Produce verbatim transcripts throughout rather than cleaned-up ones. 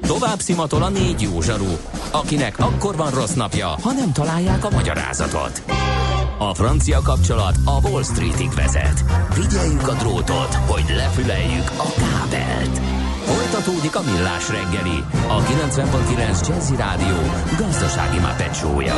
Tovább szimatol a négy jó zsaru, akinek akkor van rossz napja, ha nem találják a magyarázatot. A francia kapcsolat a Wall Streetig vezet. Figyeljük a drótot, hogy lefüleljük a kábelt. Folytatódik a Millás reggeli, a kilencven pont kilenc Jazzy Rádió gazdasági Muppet show-ja.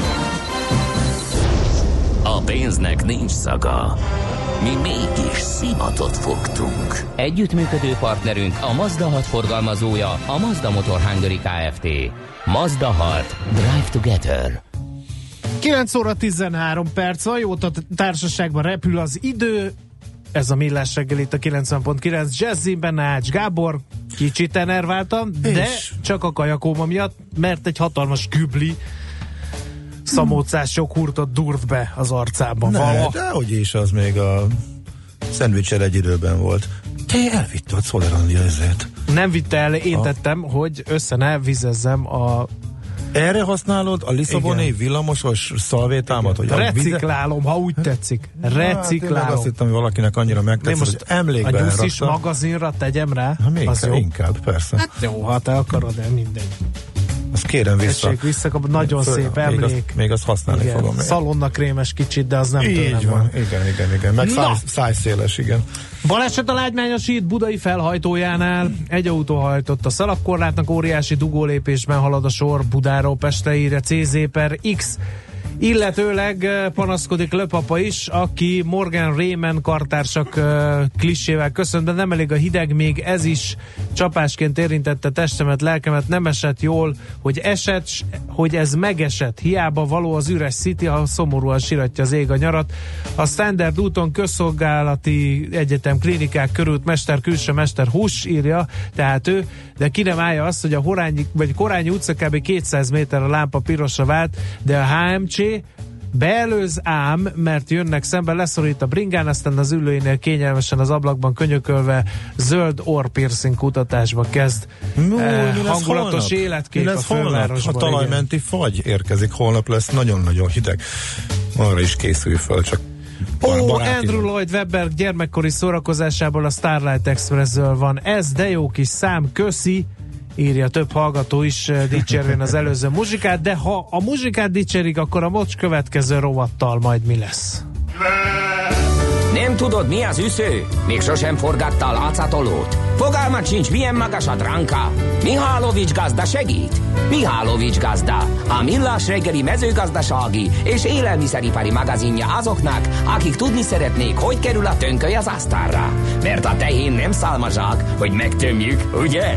A pénznek nincs szaga. Mi mégis szimatot fogtunk. Együttműködő partnerünk a Mazda hat forgalmazója, a Mazda Motor Hungary Kft. Mazda hat. Drive together. kilenc óra tizenhárom perc van, jót a társaságban repül az idő. Ez a Millás reggel itt a kilencven pont kilenc Jazzynben, Ács Gábor. Kicsit enerváltam, de csak a kajakóma miatt, mert egy hatalmas kübli szamócás joghurtot durt be az arcában. Ne, de hogy is, az még a szendvicsel egy időben volt. Te elvitte a Czolerandia ezért. Nem vitte el, én a... tettem, hogy össze ne vizezzem a... Erre használod a lisszaboni villamosos szalvétámat? Hogy reciklálom, vize... ha úgy tetszik. Reciklálom. Hát, azt hittem, hogy valakinek annyira megtetsz, hogy emlékbe a nyuszis magazinra tegyem rá? Ha még az inkább, persze. Hát jó, ha te akarod, de mindegy. Azt kérem vissza. Tessék, visszakap, nagyon föl, szép emlék. Még azt, még azt használni igen, fogom. Szalonna krémes kicsit, de az nem így tőlem van. van. Igen, igen, igen. Meg száj, szájszéles, igen. Baleset a Lágymányos híd budai felhajtójánál. Egy autó hajtott a szalagkorlátnak, óriási dugólépésben halad a sor Budáról Pestre, írja cé zé per X. Illetőleg panaszkodik Löpapa is, aki Morgan Raymond kartársak klisével köszönt, de nem elég a hideg, még ez is csapásként érintette testemet, lelkemet, nem esett jól, hogy esett, hogy ez megesett. Hiába való az üres City, ha szomorúan siratja az ég a nyarat. A Standard úton közszolgálati egyetem klinikák körült mester külső, mester hús, írja, tehát ő, de ki nem állja azt, hogy a Horányi, vagy Korányi utca kb. kétszáz méter a lámpa pirosra vált, de a há em cé beelőz ám, mert jönnek szembe, leszorít a bringán, aztán az ülőinél kényelmesen az ablakban könyökölve zöld orrpiercing kutatásba kezd. No, eh, hangulatos holnap? életkép a fővárosban. A talajmenti igen. fagy érkezik, holnap lesz nagyon-nagyon hideg. Arra is készülj föl, csak Ó, oh, Andrew Lloyd Webber gyermekkori szórakozásából a Starlight Express-ről van. Ez de jó kis szám, köszi, írja több hallgató is dicsérvén az előző muzsikát, de ha a muzsikát dicsérik, akkor a most következő rovattal majd mi lesz? Nem tudod, mi az üsző? Még sosem forgattál átszatolót? Fogalmat sincs, milyen magas a dránka? Mihálovics gazda segít? Mihálovics gazda, a Millás reggeli mezőgazdasági és élelmiszeripari magazinja azoknak, akik tudni szeretnék, hogy kerül a tönköly az asztalra. Mert a tehén nem szálmazsák, hogy megtömjük, ugye?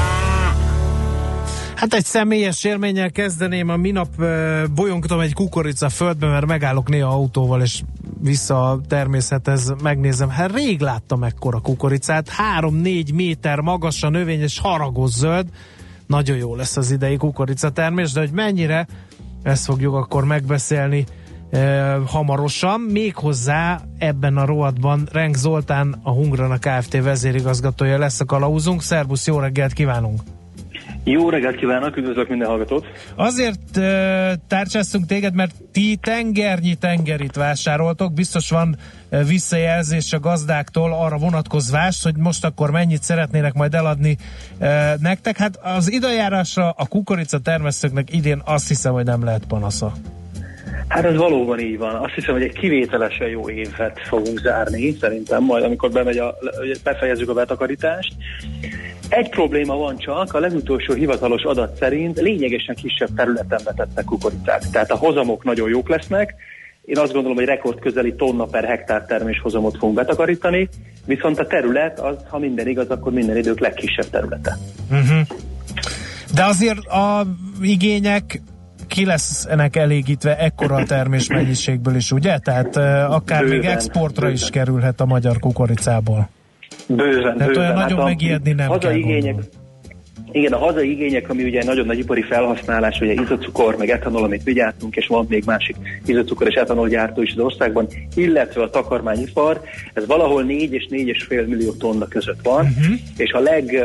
Hát egy személyes élménnyel kezdeném. A minap uh, bolyongtam egy kukorica földbe, mert megállok néha autóval, és vissza a természethez megnézem. Hát rég láttam ekkora kukoricát. Három-négy méter magas a növény, és haragos zöld. Nagyon jó lesz az idei kukoricatermés, de hogy mennyire, ezt fogjuk akkor megbeszélni uh, hamarosan. Méghozzá ebben a rovatban Renk Zoltán, a Hungrana Kft. Vezérigazgatója lesz a kalauzunk. Szerbusz, jó reggelt kívánunk! Jó reggelt kívánok, üdvözlök minden hallgatót! Azért uh, tárcsáztunk téged, mert ti tengernyi tengerit vásároltok, biztos van uh, visszajelzés a gazdáktól arra vonatkozvás, hogy most akkor mennyit szeretnének majd eladni uh, nektek. Hát az időjárásra a kukorica termesztőknek idén azt hiszem, hogy nem lehet panasza. Hát ez valóban így van. Azt hiszem, hogy egy kivételesen jó évet fogunk zárni, szerintem majd, amikor bemegy a, befejezzük a betakarítást. Egy probléma van csak, a legutolsó hivatalos adat szerint lényegesen kisebb területen vetettek kukoricát. Tehát a hozamok nagyon jók lesznek. Én azt gondolom, hogy rekord közeli tonna per hektár termés hozamot fogunk betakarítani, viszont a terület, az, ha minden igaz, akkor minden idők legkisebb területe. Uh-huh. De azért a igények ki lesznek elégítve ekkora a termés mennyiségből is, ugye? Tehát uh, akár bőven, még exportra bőven. is kerülhet a magyar kukoricából. Bőven, Tehát bőven. olyan nagyon hát megijedni nem kell igények, igen, a hazai igények, ami ugye nagyon nagy ipari felhasználás, ugye izocukor, meg etanol, amit mi gyártunk, és van még másik izocukor és etanol gyártó is az országban, illetve a takarmányipar, ez valahol négy és négy és fél millió tonna között van, uh-huh. és a leg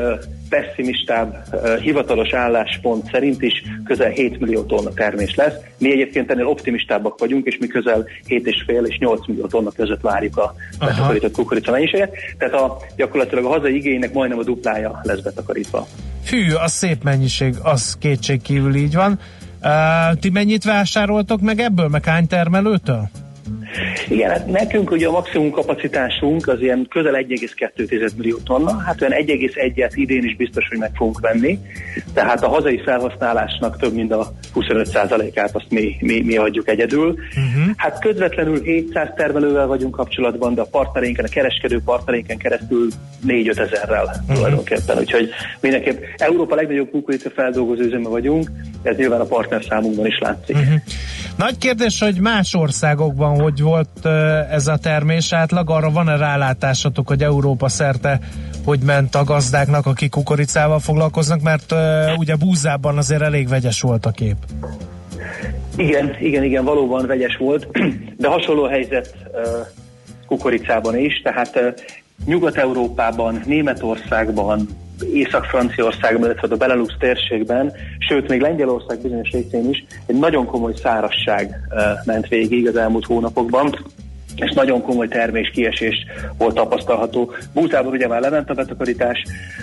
legpesszimistább uh, hivatalos álláspont szerint is közel hét millió tonna termés lesz. Mi egyébként ennél optimistábbak vagyunk, és mi közel hét és fél és nyolc millió tonna között várjuk a betakarított kukorica mennyiséget. Tehát a, gyakorlatilag a hazai igénynek majdnem a duplája lesz betakarítva. Hű, az szép mennyiség, az kétségkívül így van. Uh, ti mennyit vásároltok meg ebből, meg hány termelőtől? Igen, hát nekünk ugye a maximum kapacitásunk az ilyen közel egy egész kettő millió tonna, hát olyan egy egész egyet idén is biztos, hogy meg fogunk venni, tehát a hazai felhasználásnak több mint a huszonöt százalékát azt mi, mi, mi adjuk egyedül. Uh-huh. Hát közvetlenül hétszáz termelővel vagyunk kapcsolatban, de a partnereinken, a kereskedő partnereinken keresztül négy-öt ezerrel uh-huh. tulajdonképpen, úgyhogy mindenképp Európa legnagyobb kukorica feldolgozó üzeme vagyunk, ez nyilván a partner számunkban is látszik. Uh-huh. Nagy kérdés, hogy más országokban hogy volt ez a termés átlag, arra van-e rálátásatok, hogy Európa szerte hogy ment a gazdáknak, akik kukoricával foglalkoznak, mert uh, ugye búzában azért elég vegyes volt a kép. Igen, igen, igen, valóban vegyes volt, de hasonló helyzet uh, kukoricában is, tehát uh, Nyugat-Európában, Németországban, Észak-Franciaországban, illetve a Benelux térségben, sőt még Lengyelország bizonyos részén is egy nagyon komoly szárazság uh, ment végig az elmúlt hónapokban, és nagyon komoly termés kiesés volt tapasztalható. Búzában ugye már lement a betakarítás,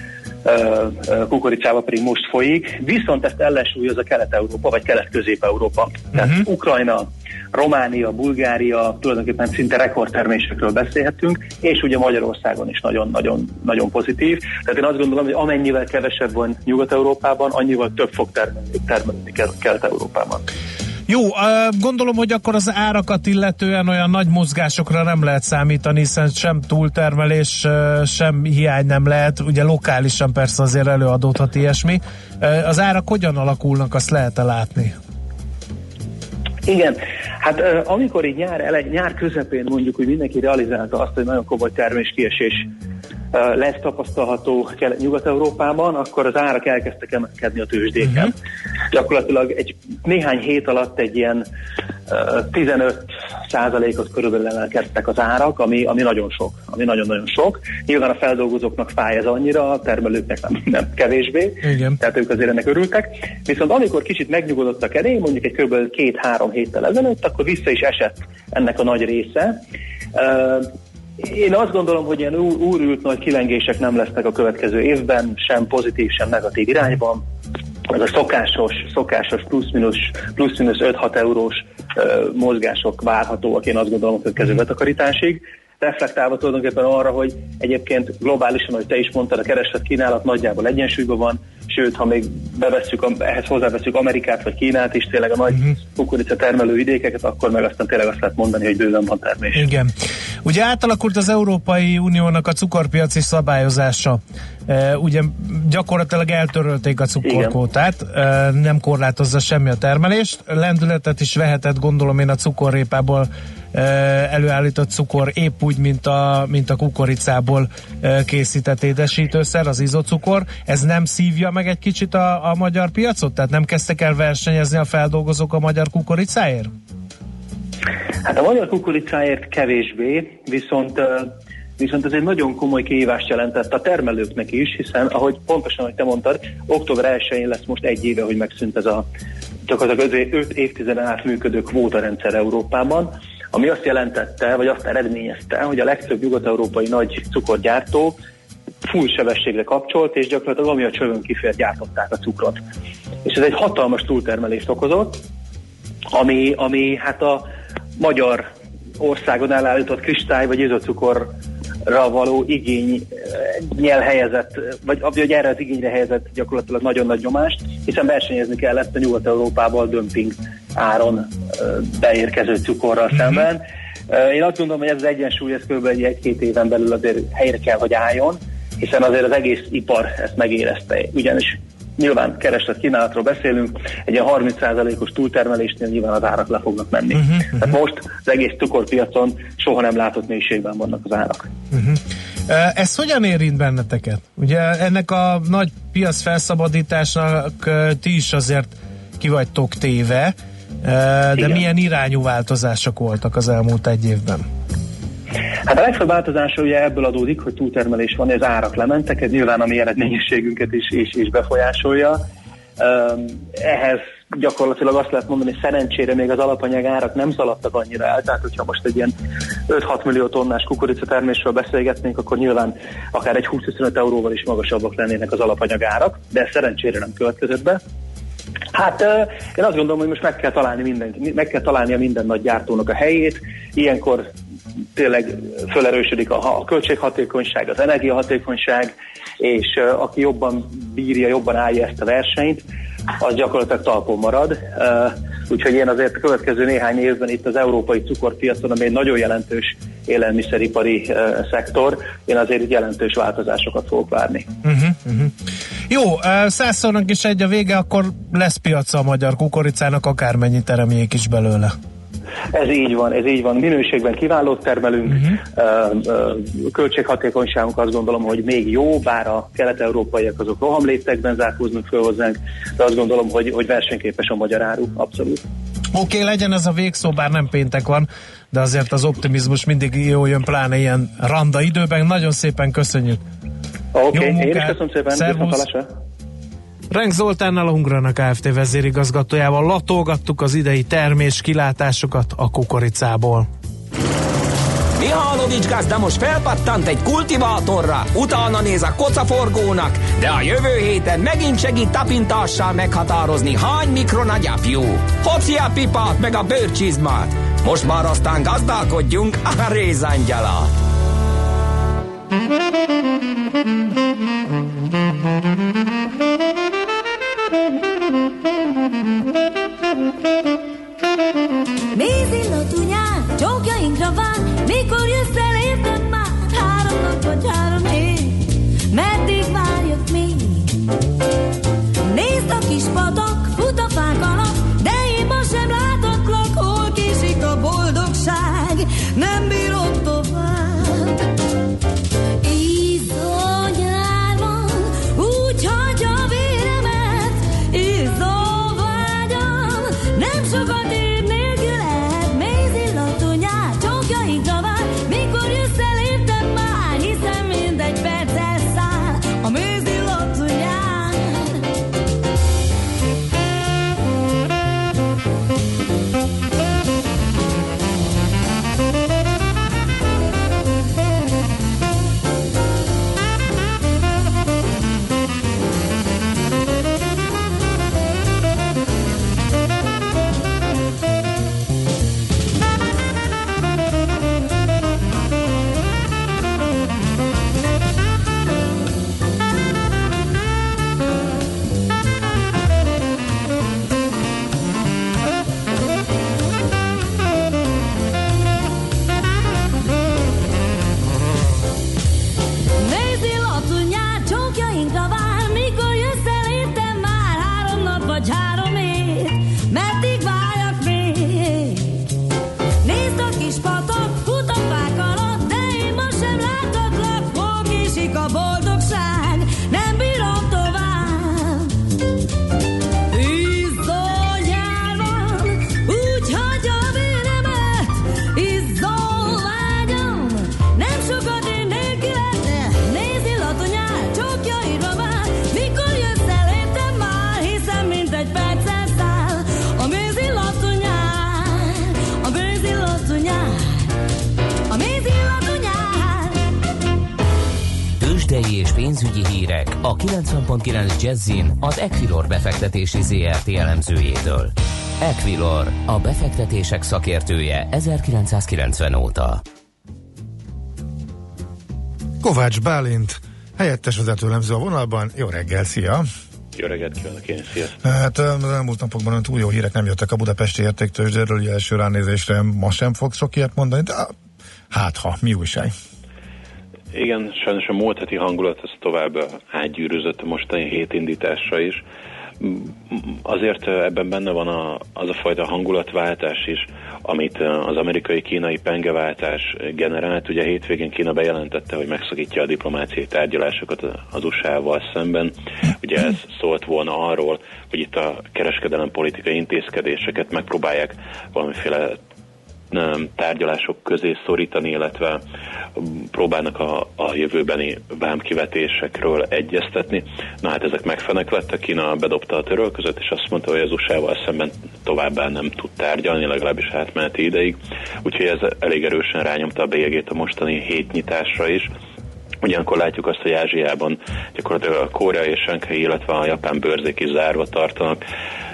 kukoricával pedig most folyik, viszont ezt ellensúlyoz a Kelet-Európa, vagy Kelet-Közép-Európa. Uh-huh. Tehát Ukrajna, Románia, Bulgária, tulajdonképpen szinte rekordtermésekről beszélhetünk, és ugye Magyarországon is nagyon-nagyon nagyon pozitív. Tehát én azt gondolom, hogy amennyivel kevesebb van Nyugat-Európában, annyival több fog termelni, termelni Kelet-Európában. Jó, gondolom, hogy akkor az árakat illetően olyan nagy mozgásokra nem lehet számítani, hiszen sem túltermelés, sem hiány nem lehet, ugye lokálisan persze azért előadódhat ilyesmi. Az árak hogyan alakulnak, azt lehet-e látni? Igen, hát amikor így nyár, ele, nyár közepén mondjuk, hogy mindenki realizálta azt, hogy nagyon komoly terméskiesés lesz tapasztalható Nyugat-Európában, akkor az árak elkezdtek emelkedni a tőzsdéken. Uh-huh. Gyakorlatilag egy néhány hét alatt egy ilyen uh, tizenöt százalékot körülbelül emelkedtek az árak, ami, ami nagyon sok, ami nagyon-nagyon sok. Nyilván a feldolgozóknak fáj ez annyira, a termelőknek nem, nem kevésbé, igen. Tehát ők azért ennek örültek. Viszont amikor kicsit megnyugodott a kerény, mondjuk egy kb. két-három héttel ezelőtt, akkor vissza is esett ennek a nagy része. Uh, Én azt gondolom, hogy ilyen úrült nagy kilengések nem lesznek a következő évben, sem pozitív, sem negatív irányban. Ez a szokásos, szokásos plusz-minusz, plusz-minusz öt-hat eurós uh, mozgások várhatóak, én azt gondolom, a következő betakarításig. Reflektálva tulajdonképpen arra, hogy egyébként globálisan, ahogy te is mondtad, a kereslet kínálat nagyjából egyensúlyban van, sőt, ha még bevesszük, ehhez hozzáveszünk Amerikát vagy Kínát is, tényleg a nagy uh-huh. kukorica termelő vidékeket, akkor meg aztán tényleg azt lehet mondani, hogy bőven van termés. Igen. Ugye átalakult az Európai Uniónak a cukorpiaci szabályozása. E, ugye gyakorlatilag eltörölték a cukorkvótát, e, nem korlátozza semmi a termelést. Lendületet is vehetett, gondolom én, a cukorrépából előállított cukor épp úgy, mint a, mint a kukoricából készített édesítőszer, az izocukor. Ez nem szívja meg egy kicsit a, a magyar piacot? Tehát nem kezdtek el versenyezni a feldolgozók a magyar kukoricáért? Hát a magyar kukoricáért kevésbé, viszont viszont ez egy nagyon komoly kihívást jelentett a termelőknek is, hiszen, ahogy pontosan, ahogy te mondtad, október elsején lesz most egy éve, hogy megszűnt ez a gyakorlatilag öt évtizeden át működő kvótarendszer Európában, ami azt jelentette, vagy azt eredményezte, hogy a legtöbb nyugat-európai nagy cukorgyártó full sebességre kapcsolt, és gyakorlatilag ami a csövön kifér, gyártották a cukrot. És ez egy hatalmas túltermelést okozott, ami, ami hát a magyar országon elállított kristály vagy izocukorra való igényel helyezett, vagy, vagy erre az igényre helyezett gyakorlatilag nagyon nagy nyomást, hiszen versenyezni kellett a Nyugat-Európával dömping áron beérkező cukorral mm-hmm. szemben. Én azt gondolom, hogy ez az egyensúly, ez kb. egy-két éven belül azért helyre kell, hogy álljon, hiszen azért az egész ipar ezt megérezte. Ugyanis nyilván kereslet kínálatról beszélünk, egy ilyen harminc százalékos túltermelésnél nyilván az árak le fognak menni. Uh-huh, uh-huh. Tehát most az egész cukorpiacon soha nem látott mélységben vannak az árak. Uh-huh. Ez hogyan érint benneteket? Ugye ennek a nagy piac felszabadításnak ti is azért ki vagytok téve, de igen. Milyen irányú változások voltak az elmúlt egy évben? Hát a legfőbb változása ugye ebből adódik, hogy túltermelés van, az árak lementek, ez nyilván a mi eredményességünket is, is, is befolyásolja. Ehhez gyakorlatilag azt lehet mondani, hogy szerencsére még az alapanyag árak nem szaladtak annyira el, tehát hogyha most egy ilyen öt-hat millió tonnás kukoricatermésről beszélgetnénk, akkor nyilván akár egy húsz-huszonöt euróval is magasabbak lennének az alapanyag árak, de ez szerencsére nem következett be. Hát én azt gondolom, hogy most meg kell találni minden, meg kell találnia minden nagy gyártónak a helyét, ilyenkor tényleg felerősödik a, a költséghatékonyság, az energiahatékonyság, és uh, aki jobban bírja, jobban állja ezt a versenyt, az gyakorlatilag talpon marad. Uh, úgyhogy én azért a következő néhány évben itt az európai cukorpiacon, ami egy nagyon jelentős élelmiszeripari uh, szektor, én azért itt jelentős változásokat fogok várni. Uh-huh, uh-huh. Jó, uh, százszornak is egy a vége, akkor lesz piaca a magyar kukoricának, akármennyi teremjék is belőle. Ez így van, ez így van. Minőségben kiválót termelünk, uh-huh. Költséghatékonyságunk azt gondolom, hogy még jó, bár a kelet-európaiak azok rohamléptekben zárkóznak föl hozzánk, de azt gondolom, hogy, hogy versenyképes a magyar áru, abszolút. Oké, okay, legyen ez a végszó, bár nem péntek van, de azért az optimizmus mindig jó jön, pláne ilyen randa időben. Nagyon szépen köszönjük. Oké, okay, én is köszönöm szépen. Szervusz. Renk Zoltánnal, a Hungrana Kft. Vezérigazgatójával latolgattuk az idei termés kilátásokat a kukoricából. Mihálovics gazda most felpattant egy kultivátorra, utána néz a kocaforgónak, de a jövő héten megint segít tapintással meghatározni, hány mikron a gyapjú. Hopszi a pipát meg a bőrcsizmát. Most már aztán gazdálkodjunk a rézangyalat. Mézillatú nyár, csókjainkra vár, mikor jössz el, értem már, három nap vagy három év, meddig várjak még? Nézd a kis patak, fut a fák alatt, de én ma sem látatlak, hol késik a boldogság, nem bírom tovább. Izzó nyár van, úgy hagyja a véremet, izzó vágyam, nem sokat ér nélküled, mézillatú nyár, csókjainkra vár, mikor jössz el, értem már, hiszen mindegy perccel száll a mézillatú nyár. Mézillatú nyár, csókjainkra vár, mikor jössz el, értem már, három nap vagy három év, meddig várjak még? Nézd a kis patak, fut a fák alatt, de én ma sem látatlak, hol késik a boldogság, nem bírom tovább. Izzó nyár van, úgy hagyja a véremet, izzó vágyam, nem sokat ér nélküled, mézillatú nyár, csókjaidra vár, mikor jössz el, értem már, hiszen mindegy perccel száll a mézillatú nyár, a mézillatú nyár, a mézillatú nyár. Tőzsdei és pénzügyi hírek a kilencven pont kilenc Jazzin az Equilor befektetési zé er té elemzőjétől. Equilor, a befektetések szakértője ezerkilencszázkilencven óta. Kovács Bálint, helyettes vezetőelemző a vonalban. Jó reggel, szia! Jó reggelt kívánok én, sziasztok! Hát az elmúlt napokban olyan túl jó hírek nem jöttek a budapesti értéktőzsdéről, ugye első ránézésre ma sem fog sok ilyet mondani, de hát ha, mi újság? Igen, sajnos a múlt heti hangulat az tovább átgyűrűzött a mostani hétindításra is. Azért ebben benne van a, az a fajta hangulatváltás is, amit az amerikai-kínai pengeváltás generált. Ugye hétvégén Kína bejelentette, hogy megszakítja a diplomáciai tárgyalásokat az u es á-val szemben. Ugye ez szólt volna arról, hogy itt a kereskedelem politikai intézkedéseket megpróbálják valamiféle tárgyalások közé szorítani, illetve próbálnak a, a jövőbeni vámkivetésekről egyeztetni. Na hát ezek megfeneklettek, Kína bedobta a törölközöt, és azt mondta, hogy az u es á-val szemben továbbá nem tud tárgyalni, legalábbis átmeneti ideig. Úgyhogy ez elég erősen rányomta a bélyegét a mostani hétnyitásra is. Ugyanakkor látjuk azt, hogy Ázsiában gyakorlatilag a koreai és shanghai, illetve a japán bőrzék is zárva tartanak.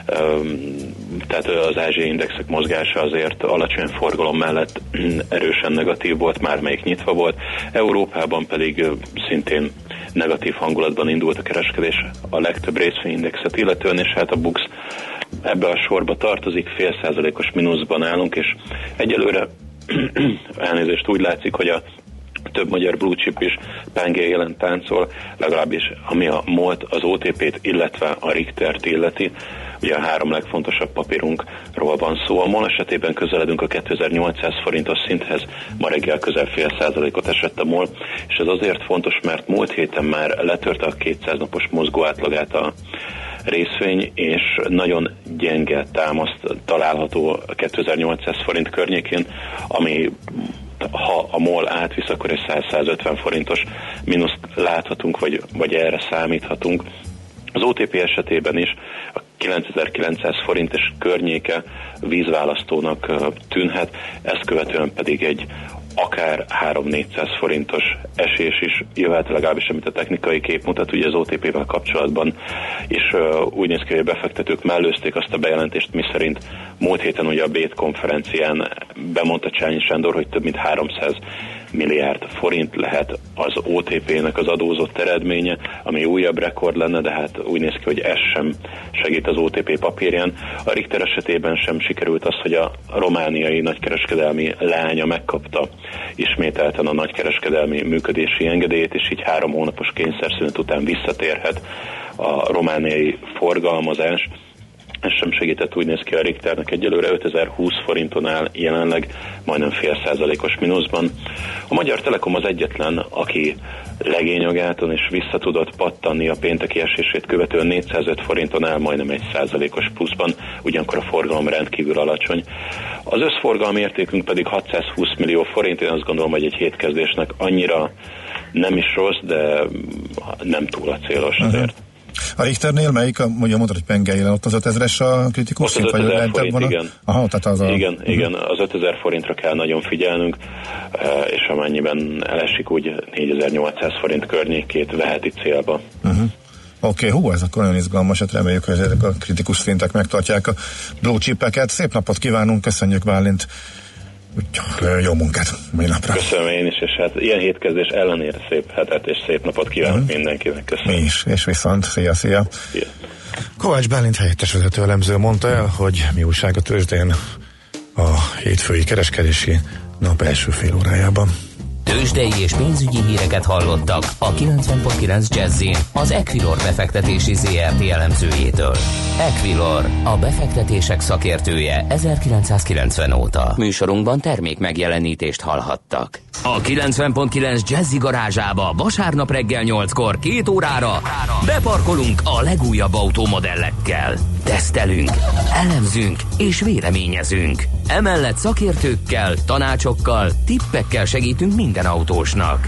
Tehát az ázsiai indexek mozgása azért alacsony forgalom mellett erősen negatív volt, már melyik nyitva volt. Európában pedig szintén negatív hangulatban indult a kereskedés a legtöbb részvényindexet illetően, és hát a BUX ebbe a sorba tartozik, fél százalékos mínuszban állunk, és egyelőre elnézést úgy látszik, hogy a több magyar blue chip is pengé jelen táncol, legalábbis ami a MOL-t, az o té pét, illetve a Richtert illeti. Ugye a három legfontosabb papírunkról van szó. A MOL esetében közeledünk a kétezer-nyolcszáz forintos szinthez, ma reggel közel fél százalékot esett a MOL, és ez azért fontos, mert múlt héten már letörte a kétszáz napos mozgó átlagát a részvény, és nagyon gyenge támaszt található a kétezer-nyolcszáz forint környékén, ami ha a MOL átvisz, akkor egy száz-százötven forintos mínuszt láthatunk, vagy, vagy erre számíthatunk. Az o té pé esetében is a kilencezer-kilencszáz forintos környéke vízválasztónak tűnhet, ezt követően pedig egy akár három-négyszáz forintos esés is jöhet, legalábbis amit a technikai kép mutat, ugye az o té pével kapcsolatban, és uh, úgy néz ki, hogy a befektetők mellőzték azt a bejelentést, miszerint múlt héten ugye a Bét konferencián bemondta Csányi Sándor, hogy több mint háromszáz milliárd forint lehet az o té pének az adózott eredménye, ami újabb rekord lenne, de hát úgy néz ki, hogy ez sem segít az o té pé papírján. A Richter esetében sem sikerült az, hogy a romániai nagykereskedelmi leánya megkapta ismételten a nagykereskedelmi működési engedélyét, és így három hónapos kényszerszünet után visszatérhet a romániai forgalmazás. Ez sem segített, úgy néz ki a Richternek, egyelőre ötezer-húsz forinton áll jelenleg, majdnem fél százalékos mínuszban. A Magyar Telekom az egyetlen, aki legényagáton és vissza tudott pattanni a pénteki esését követően négyszázöt forinton áll, majdnem egy százalékos pluszban, ugyanakkor a forgalom rendkívül alacsony. Az összforgalmi értékünk pedig hatszázhúsz millió forint, én azt gondolom, hogy egy hétkezdésnek annyira nem is rossz, de nem túl a célos azért. Uh-huh. A Richternél melyik, a, ugye mondod, hogy pengelyelen, ott az ötezres a kritikus szint, vagy lentebb van? Igen. Aha, tehát az a... igen, uh-huh. igen, az ötezer forintra kell nagyon figyelnünk, és amennyiben elesik, úgy négyezer-nyolcszáz forint környékét veheti célba. Uh-huh. Oké, okay, hú, ez akkor nagyon izgalmas, hát reméljük, hogy ezek a kritikus szintek megtartják a blue chipeket. Szép napot kívánunk, köszönjük Bálint, úgy, jó munkát mai napra. Köszönöm én is, és hát ilyen hétkezdés ellenére szép hetet és szép napot kívánok uh-huh. mindenkinek. Köszönöm. Mi is, és viszont, szia, szia. szia. Kovács Bálint helyettes vezető elemző mondta el, hogy mi újság a tőzsdén a hétfői kereskedési nap első fél órájában. Tőzsdei és pénzügyi híreket hallottak a kilencven pont kilenc Jazzin az Equilor befektetési zé er té elemzőjétől. Equilor, a befektetések szakértője ezerkilencszázkilencven óta. Műsorunkban termék megjelenítést hallhattak. A kilencven pont kilenc Jazzy garázsába vasárnap reggel nyolckor két órára beparkolunk a legújabb automodellekkel. Tesztelünk, elemzünk és véleményezünk. Emellett szakértőkkel, tanácsokkal, tippekkel segítünk minden autósnak.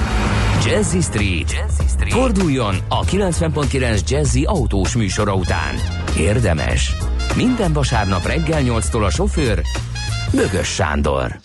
Jazzy Street. Jazzy Street. Forduljon a kilencven pont kilenc Jazzy autós műsora után. Érdemes. Minden vasárnap reggel nyolctól a sofőr Bögös Sándor.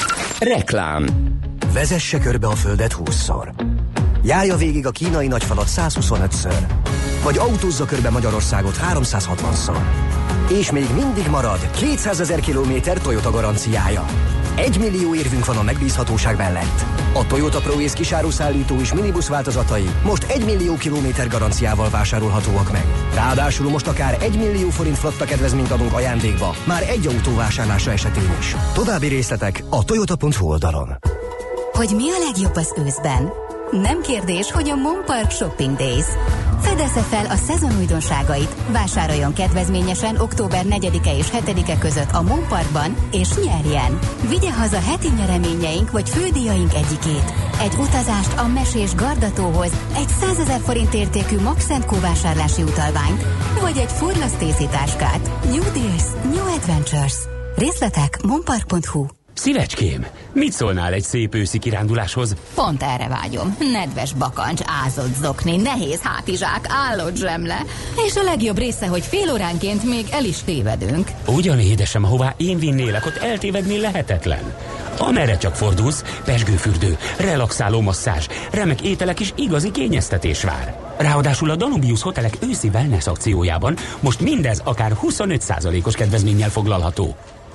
Reklám. Vezesse körbe a földet húszszor. Járja végig a kínai nagyfalat százhuszonötször. Vagy autózza körbe Magyarországot háromszázhatvanszor. És még mindig marad kétszázezer kilométer Toyota garanciája. Egy millió érvünk van a megbízhatóság mellett. A Toyota ProAce kisáruszállító és minibusz változatai most egy millió kilométer garanciával vásárolhatóak meg. Ráadásul most akár egy millió forint flotta kedvezményt adunk ajándékba, már egy autó vásárlása esetén is. További részletek a toyota pont hu oldalon. Hogy mi a legjobb az őszben? Nem kérdés, hogy a Monpark Shopping Days. Fedezze fel a szezon újdonságait, vásároljon kedvezményesen október negyedike és hetedike között a Monparkban, és nyerjen! Vigye haza heti nyereményeink vagy fődíjaink egyikét. Egy utazást a mesés Gardatóhoz, egy százezer forint értékű Max and Co vásárlási utalványt, vagy egy Ford Stacy táskát. New Deals, New Adventures. Részletek monpark pont hu. Szívecském, mit szólnál egy szép őszi kiránduláshoz? Pont erre vágyom. Nedves bakancs, ázott zokni, nehéz hátizsák, állott zsemle. És a legjobb része, hogy fél óránként még el is tévedünk. Ugyan, édesem, ahová én vinnélek, ott eltévedni lehetetlen. Amerre csak fordulsz, pezsgőfürdő, relaxáló masszázs, remek ételek és igazi kényeztetés vár. Ráadásul a Danubius hotelek őszi wellness akciójában most mindez akár huszonöt százalékos kedvezménnyel foglalható.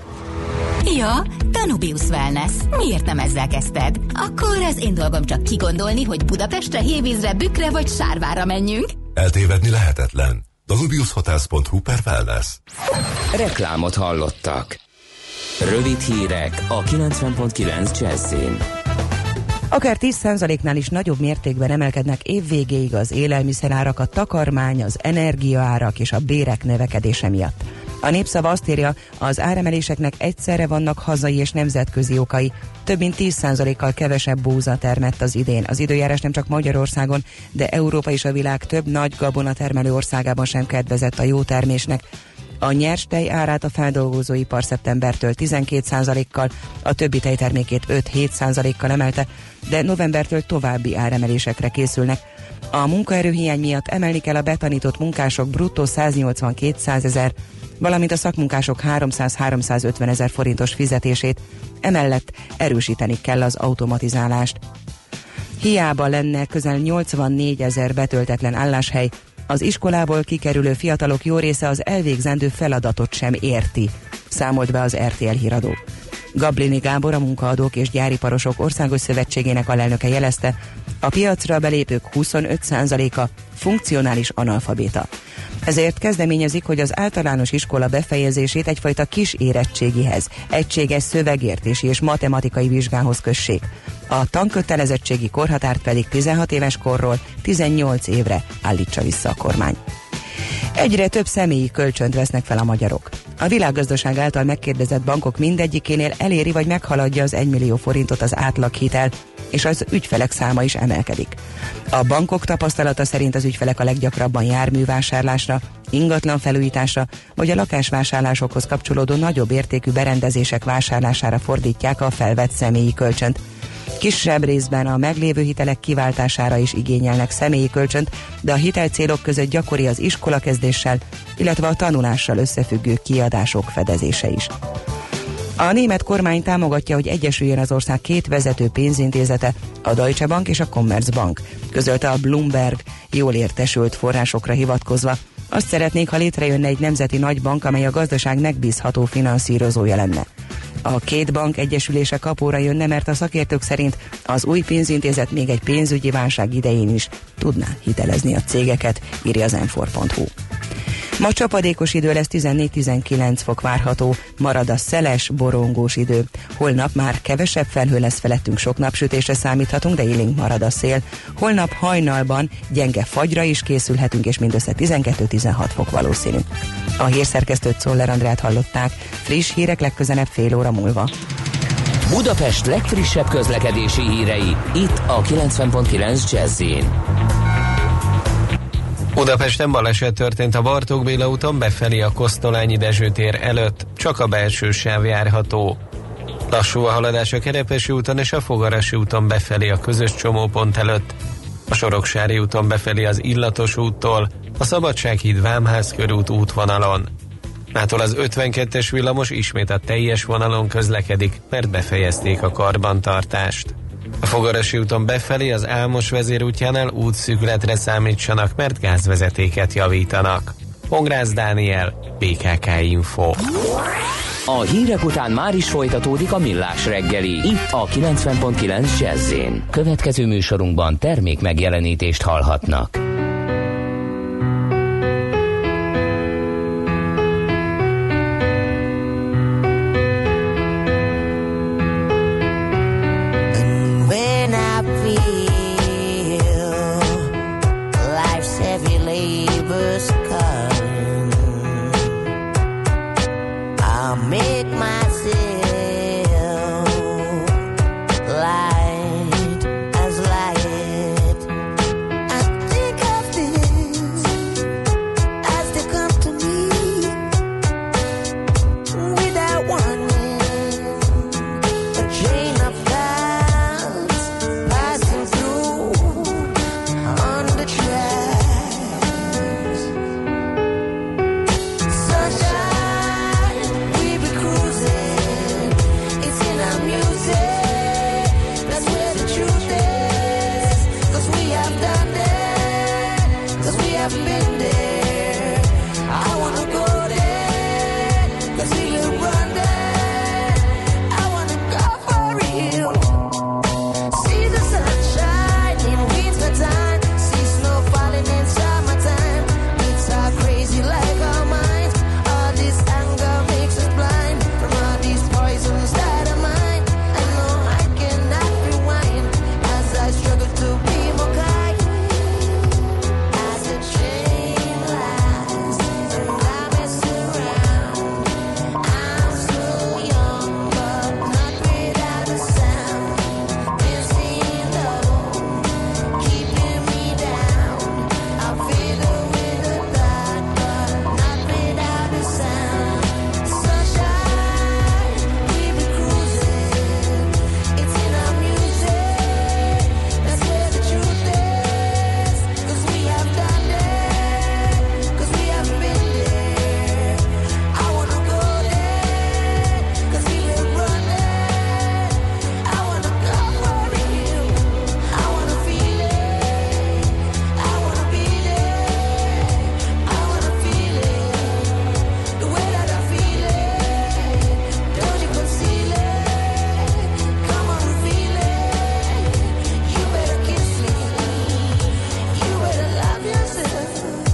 Ja, Danubius Wellness. Miért nem ezzel kezdted? Akkor ez én dolgom csak kigondolni, hogy Budapestre, Hévízre, Bükkre vagy Sárvára menjünk. Eltévedni lehetetlen. danubius hotels pont hu per wellness. Reklámot hallottak. Rövid hírek a kilencven pont kilenc Jazzin. Akár tíz százaléknál is nagyobb mértékben emelkednek évvégéig az élelmiszerárak, a takarmány, az energiaárak és a bérek növekedése miatt. A Népszava azt írja, az áremeléseknek egyszerre vannak hazai és nemzetközi okai. Több mint tíz százalékkal kevesebb búza termett az idén. Az időjárás nem csak Magyarországon, de Európa és a világ több nagy gabonatermelő országában sem kedvezett a jó termésnek. A nyerstej árát a feldolgozóipar szeptembertől tizenkét százalékkal, a többi tejtermékét öt-hét százalékkal emelte, de novembertől további áremelésekre készülnek. A munkaerőhiány miatt emelni kell a betanított munkások bruttó száznyolcvan-kétszázezer, valamint a szakmunkások háromszáz-háromszázötven ezer forintos fizetését, emellett erősíteni kell az automatizálást. Hiába lenne közel nyolcvannégy ezer betöltetlen álláshely, az iskolából kikerülő fiatalok jó része az elvégzendő feladatot sem érti, számolt be az er té el híradó. Gablini Gábor, a Munkaadók és Gyáriparosok Országos Szövetségének alelnöke jelezte, a piacra belépők huszonöt százaléka funkcionális analfabéta. Ezért kezdeményezik, hogy az általános iskola befejezését egyfajta kis érettségihez, egységes szövegértési és matematikai vizsgához kössék. A tankötelezettségi korhatárt pedig tizenhat éves korról tizennyolc évre állítsa vissza a kormány. Egyre több személyi kölcsönt vesznek fel a magyarok. A világgazdaság által megkérdezett bankok mindegyikénél eléri vagy meghaladja az egymillió forintot az átlaghitel, és az ügyfelek száma is emelkedik. A bankok tapasztalata szerint az ügyfelek a leggyakrabban járművásárlásra, ingatlan felújításra vagy a lakásvásárlásokhoz kapcsolódó nagyobb értékű berendezések vásárlására fordítják a felvett személyi kölcsönt. Kisebb részben a meglévő hitelek kiváltására is igényelnek személyi kölcsönt, de a hitelcélok között gyakori az iskolakezdéssel, illetve a tanulással összefüggő kiadások fedezése is. A német kormány támogatja, hogy egyesüljön az ország két vezető pénzintézete, a Deutsche Bank és a Commerzbank, közölte a Bloomberg jól értesült forrásokra hivatkozva. Azt szeretnénk, ha létrejönne egy nemzeti nagybank, amely a gazdaság megbízható finanszírozója lenne. A két bank egyesülése kapóra jönne, mert a szakértők szerint az új pénzintézet még egy pénzügyi válság idején is tudná hitelezni a cégeket, írja az em négy pont hu. Ma csapadékos idő lesz, tizennégy-tizenkilenc fok várható, marad a szeles, borongós idő. Holnap már kevesebb felhő lesz felettünk, sok napsütésre számíthatunk, de élénk marad a szél. Holnap hajnalban gyenge fagyra is készülhetünk, és mindössze tizenkettő-tizenhat fok valószínű. A hírszerkesztőt, Czoller Andrát hallották, friss hírek legközelebb fél óra múlva. Budapest legfrissebb közlekedési hírei, itt a kilencven pont kilenc Jazzin. Budapesten baleset történt a Bartók Béla úton befelé a Kosztolányi Dezső tér előtt, csak a belső sáv járható. Lassú a haladás a Kerepesi úton és a Fogarasi úton befelé a közös csomópont előtt, a Soroksári úton befelé az Illatos úttól, a Szabadsághíd Vámház körút útvonalon. Mától az ötvenkettes villamos ismét a teljes vonalon közlekedik, mert befejezték a karbantartást. A Fogarasi úton befelé az Álmos vezérútjánál útszűkületre számítsanak, mert gázvezetéket javítanak. Pongrász Dániel, bé ká ká Info. A hírek után már is folytatódik a Millás reggeli, itt a kilencven pont kilenc Jazzin. Következő műsorunkban termék megjelenítést hallhatnak. crazy like our minds. All this anger makes us blind from all these poisons that are mine. I know I cannot rewind as I struggle to be more kind. As the train lies and I mess around, I'm so young but not without a sound. Missing love, keeping me down. I fade away the dark but not without a sound. Sunshine, we be cruising. It's in our music. That's where the truth is. 'Cause we have done it. 'Cause we have been there. I wanna go there. 'Cause we will run it. I wanna go for you. I wanna feel it. I wanna be there. I wanna feel it. The way that I feel it. Don't you conceal it. Come on, feel it. You better kiss me. You better love yourself.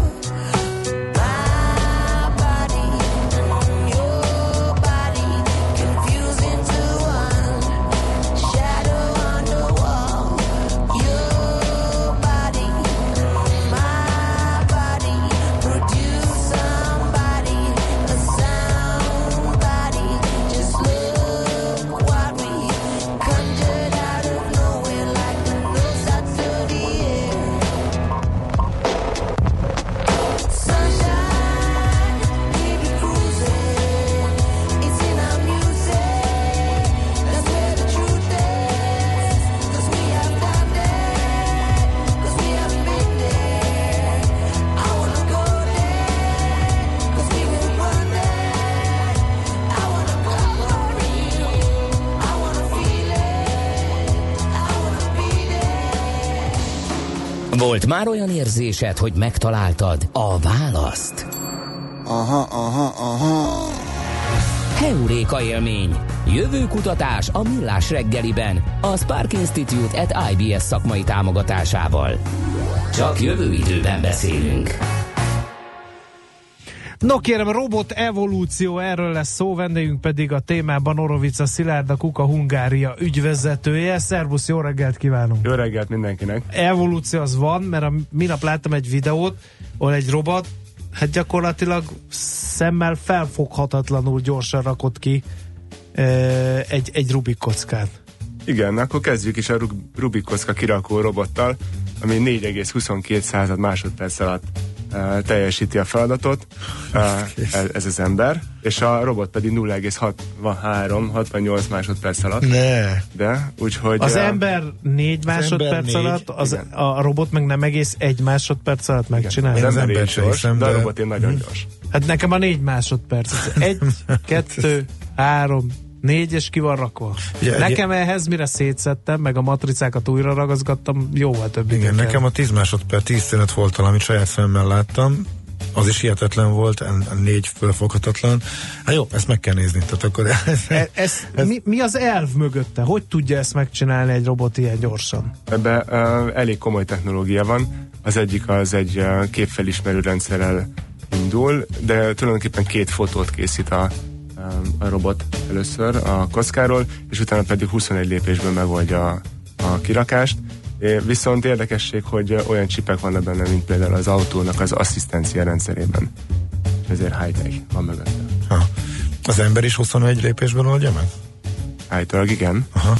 My body and your body confused into one. Shadow on the wall. Your body and my body produce somebody, a sound body. Just look what we conjured out of nowhere, like the notes out to the air. Sunshine, we be cruising. It's in our music. That's where the truth is. 'Cause we have done it. 'Cause we have been there. I wanna go there. 'Cause we will run there. I wanna go for you. I wanna feel it. I wanna be there. Volt már olyan érzésed, hogy megtaláltad a választ? Aha, aha, aha. Heuréka élmény. Jövőkutatás a Millás reggeliben. A Spark Institute at I B S szakmai támogatásával. Csak jövő időben beszélünk. No kérem, robot evolúció, erről lesz szó, vendégünk pedig a témában Orovica Szilárd, a Kuka Hungária ügyvezetője. Szervusz, jó reggelt kívánunk! Jó reggelt mindenkinek! Evolúció az van, mert a minap láttam egy videót, ahol egy robot, hát gyakorlatilag szemmel felfoghatatlanul gyorsan rakott ki e, egy, egy Rubik kockát. Igen, akkor kezdjük is a Rubik kocka kirakó robottal, ami négy egész huszonkét század másodperc alatt uh, teljesíti a feladatot, uh, ez, ez az ember, és a robot pedig nulla egész hatvanhárom hatvannyolc másodperc alatt. Ne. De, úgyhogy... Az uh, ember négy másodperc ember négy, alatt, az, a robot meg nem egész egy másodperc alatt megcsinálja. Az ember sem gyors, hiszem, de a de- robot én nagyon Hm. gyors. Hát nekem a négy másodperc. Egy, kettő, három, négy, és ki van rakva. Ugye, Nekem ehhez, mire szétszettem, meg a matricákat újra ragazgattam, jóval több Igen, kell. nekem a tíz másodperc, tíz szünet volt, amit saját szemmel láttam, az is hihetetlen volt, a négy fölfoghatatlan. Hát jó, ezt meg kell nézni. Tehát akkor ez, E, ez, mi, mi az elv mögötte? Hogy tudja ezt megcsinálni egy robot ilyen gyorsan? Ebben uh, elég komoly technológia van. Az egyik az egy uh, képfelismerő rendszerrel indul, de tulajdonképpen két fotót készít a, a robot először a kockáról, és utána pedig huszonegy lépésben megoldja a kirakást. É, viszont érdekesség, hogy olyan csipek vannak benne, mint például az autónak az asszisztencia rendszerében. Ezért high-tech van mögötte. Ha. Az ember is huszonegy lépésben oldja meg? Állítólag igen. Aha.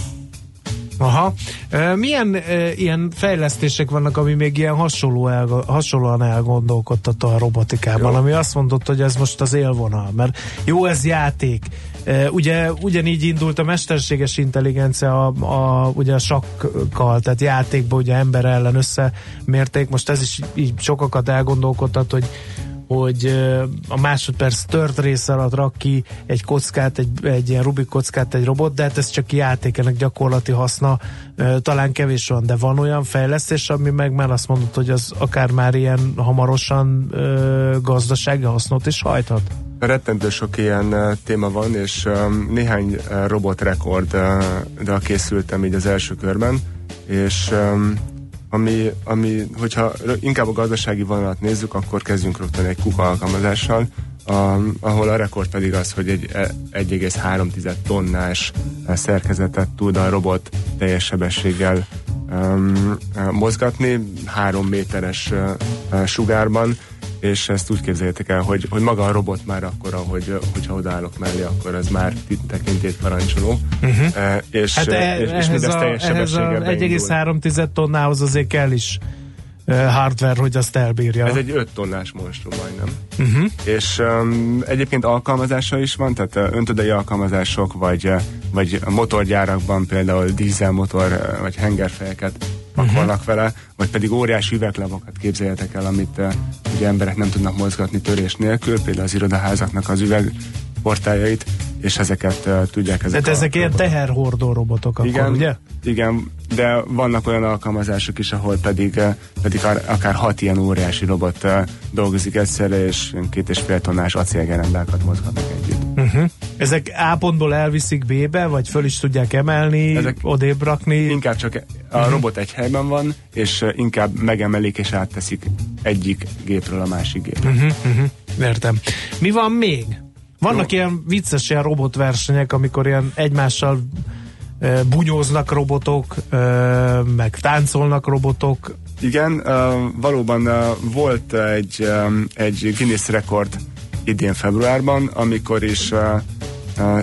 Aha. E, milyen e, ilyen fejlesztések vannak, ami még ilyen hasonló elgo- hasonlóan elgondolkodtató a robotikában, jó, ami azt mondott, hogy ez most az élvonal, mert jó, ez játék. E, ugye ugyanígy indult a mesterséges intelligencia a, a, ugye a sakkal, tehát játékban ugye ember ellen összemérték, most ez is így sokakat elgondolkodtat, hogy hogy a másodperc tört része alatt rak ki egy kockát, egy, egy ilyen Rubik kockát egy robot, de hát ez csak játék, ennek gyakorlati haszna talán kevés van, de van olyan fejlesztés, ami meg már azt mondod, hogy az akár már ilyen hamarosan ö, gazdasági hasznot is hajthat? Rettentő sok ilyen uh, téma van, és um, néhány uh, robotrekorddal uh, készültem így az első körben, és um, ami, ami, hogyha inkább a gazdasági vonalat nézzük, akkor kezdjünk rögtön egy kuka alkalmazással, a, ahol a rekord pedig az, hogy egy egy egész három tonnás szerkezetet tud a robot teljes sebességgel um, mozgatni, három méteres uh, sugárban, és ezt úgy képzeljétek el, hogy, hogy maga a robot már akkor, hogy, hogyha odaállok mellé, akkor ez már tekintélyt parancsoló. Uh-huh. Uh, és, hát e, és, és mindez teljes sebességgel egy egész három tonnához azért kell is uh, hardware, hogy azt elbírja. Ez egy öt tonnás monstrum majdnem. Uh-huh. És um, egyébként alkalmazása is van, tehát uh, öntödei alkalmazások, vagy, uh, vagy a motorgyárakban például dízelmotor, uh, vagy hengerfejeket pakolnak uh-huh. vele, vagy pedig óriási üveglavokat képzeljetek el, amit uh, ugye emberek nem tudnak mozgatni törés nélkül, például az irodaházaknak az üvegportájait, és ezeket uh, tudják ezek. Tehát ezek ilyen teherhordó robotok igen, akkor, ugye? Igen, de vannak olyan alkalmazások is, ahol pedig, uh, pedig akár hat ilyen óriási robot uh, dolgozik egyszerre, és két és fél tonnás acélgerendákat mozgatnak együtt. Uh-huh. Ezek A pontból elviszik B-be, vagy föl is tudják emelni, ezek odébb rakni? Inkább csak a uh-huh. robot egy helyben van, és inkább megemelik és átteszik egyik gépről a másik gépre. Uh-huh, uh-huh. Értem. Mi van még? Vannak Jó. ilyen vicces ilyen robotversenyek, amikor ilyen egymással e, bunyóznak robotok, e, meg táncolnak robotok. Igen, uh, valóban uh, volt egy, um, egy Guinness rekord idén februárban, amikor is uh, uh,